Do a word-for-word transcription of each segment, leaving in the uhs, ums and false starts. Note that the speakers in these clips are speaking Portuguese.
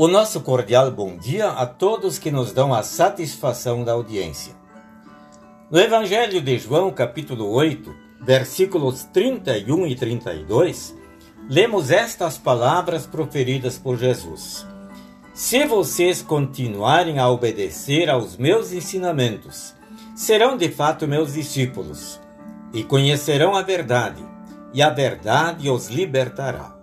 O nosso cordial bom dia a todos que nos dão a satisfação da audiência. No Evangelho de João, capítulo oito, versículos trinta e um e trinta e dois, lemos estas palavras proferidas por Jesus. Se vocês continuarem a obedecer aos meus ensinamentos, serão de fato meus discípulos, e conhecerão a verdade, e a verdade os libertará.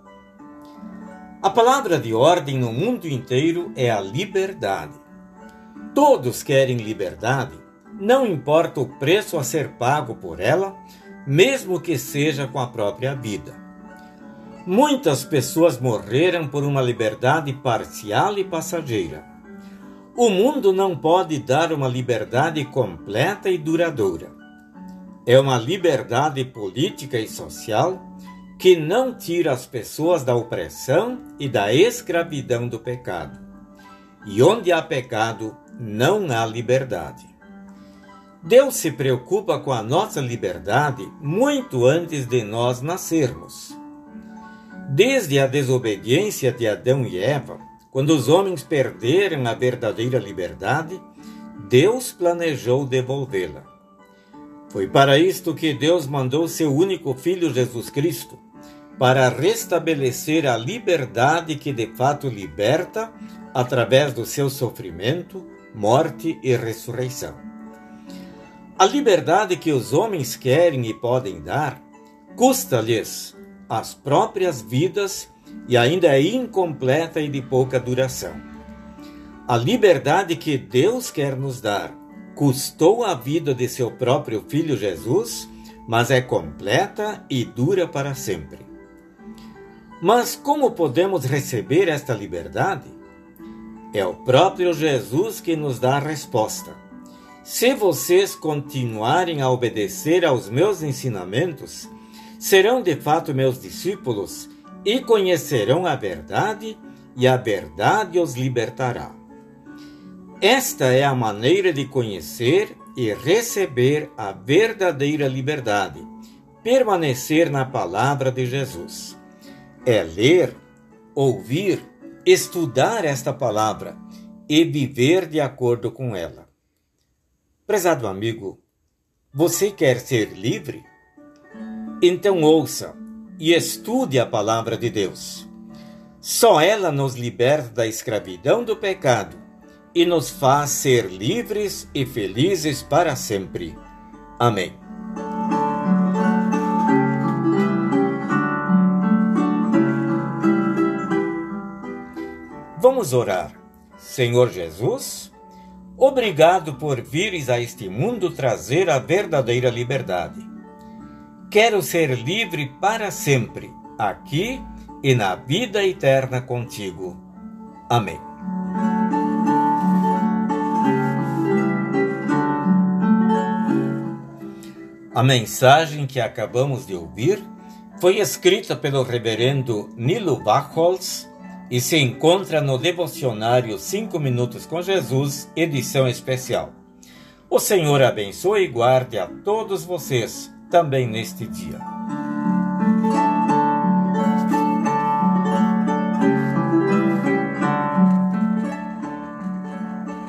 A palavra de ordem no mundo inteiro é a liberdade. Todos querem liberdade, não importa o preço a ser pago por ela, mesmo que seja com a própria vida. Muitas pessoas morreram por uma liberdade parcial e passageira. O mundo não pode dar uma liberdade completa e duradoura. É uma liberdade política e social que não tira as pessoas da opressão e da escravidão do pecado. E onde há pecado, não há liberdade. Deus se preocupa com a nossa liberdade muito antes de nós nascermos. Desde a desobediência de Adão e Eva, quando os homens perderam a verdadeira liberdade, Deus planejou devolvê-la. Foi para isto que Deus mandou seu único Filho Jesus Cristo, para restabelecer a liberdade que de fato liberta através do seu sofrimento, morte e ressurreição. A liberdade que os homens querem e podem dar custa-lhes as próprias vidas e ainda é incompleta e de pouca duração. A liberdade que Deus quer nos dar custou a vida de seu próprio Filho Jesus, mas é completa e dura para sempre. Mas como podemos receber esta liberdade? É o próprio Jesus que nos dá a resposta. Se vocês continuarem a obedecer aos meus ensinamentos, serão de fato meus discípulos e conhecerão a verdade, e a verdade os libertará. Esta é a maneira de conhecer e receber a verdadeira liberdade, permanecer na palavra de Jesus. É ler, ouvir, estudar esta palavra e viver de acordo com ela. Prezado amigo, você quer ser livre? Então ouça e estude a palavra de Deus. Só ela nos liberta da escravidão do pecado e nos faz ser livres e felizes para sempre. Amém. Vamos orar. Senhor Jesus, obrigado por vires a este mundo trazer a verdadeira liberdade. Quero ser livre para sempre, aqui e na vida eterna contigo. Amém. A mensagem que acabamos de ouvir foi escrita pelo reverendo Nilo Bachholz e se encontra no devocionário cinco minutos com Jesus, edição especial. O Senhor abençoe e guarde a todos vocês também neste dia.